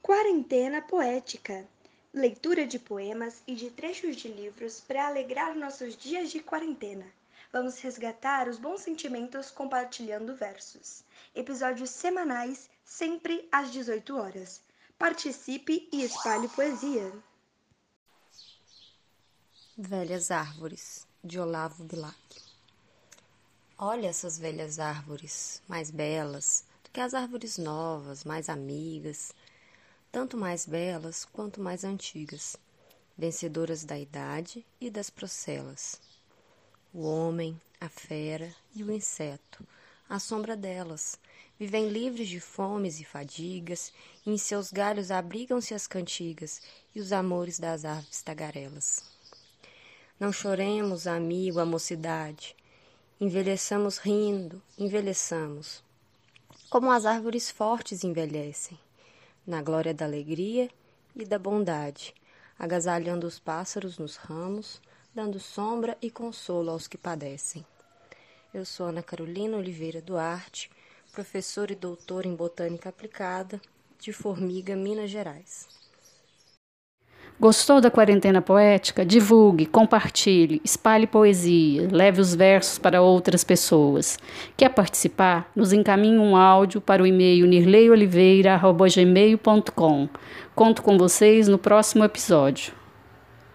Quarentena Poética. Leitura de poemas e de trechos de livros para alegrar nossos dias de quarentena. Vamos resgatar os bons sentimentos compartilhando versos. Episódios semanais, sempre às 18 horas. Participe e espalhe poesia. Velhas Árvores, de Olavo Bilac. Olha essas velhas árvores, mais belas do que as árvores novas, mais amigas, tanto mais belas quanto mais antigas, vencedoras da idade e das procelas. O homem, a fera e o inseto, à sombra delas, vivem livres de fomes e fadigas, e em seus galhos abrigam-se as cantigas e os amores das árvores tagarelas. Não choremos, amigo, a mocidade. Envelheçamos rindo, envelheçamos. Como as árvores fortes envelhecem, na glória da alegria e da bondade, agasalhando os pássaros nos ramos, dando sombra e consolo aos que padecem. Eu sou Ana Carolina Oliveira Duarte, professora e doutora em Botânica Aplicada, de Formiga, Minas Gerais. Gostou da quarentena poética? Divulgue, compartilhe, espalhe poesia, leve os versos para outras pessoas. Quer participar? Nos encaminhe um áudio para o e-mail nirleioliveira@gmail.com. Conto com vocês no próximo episódio.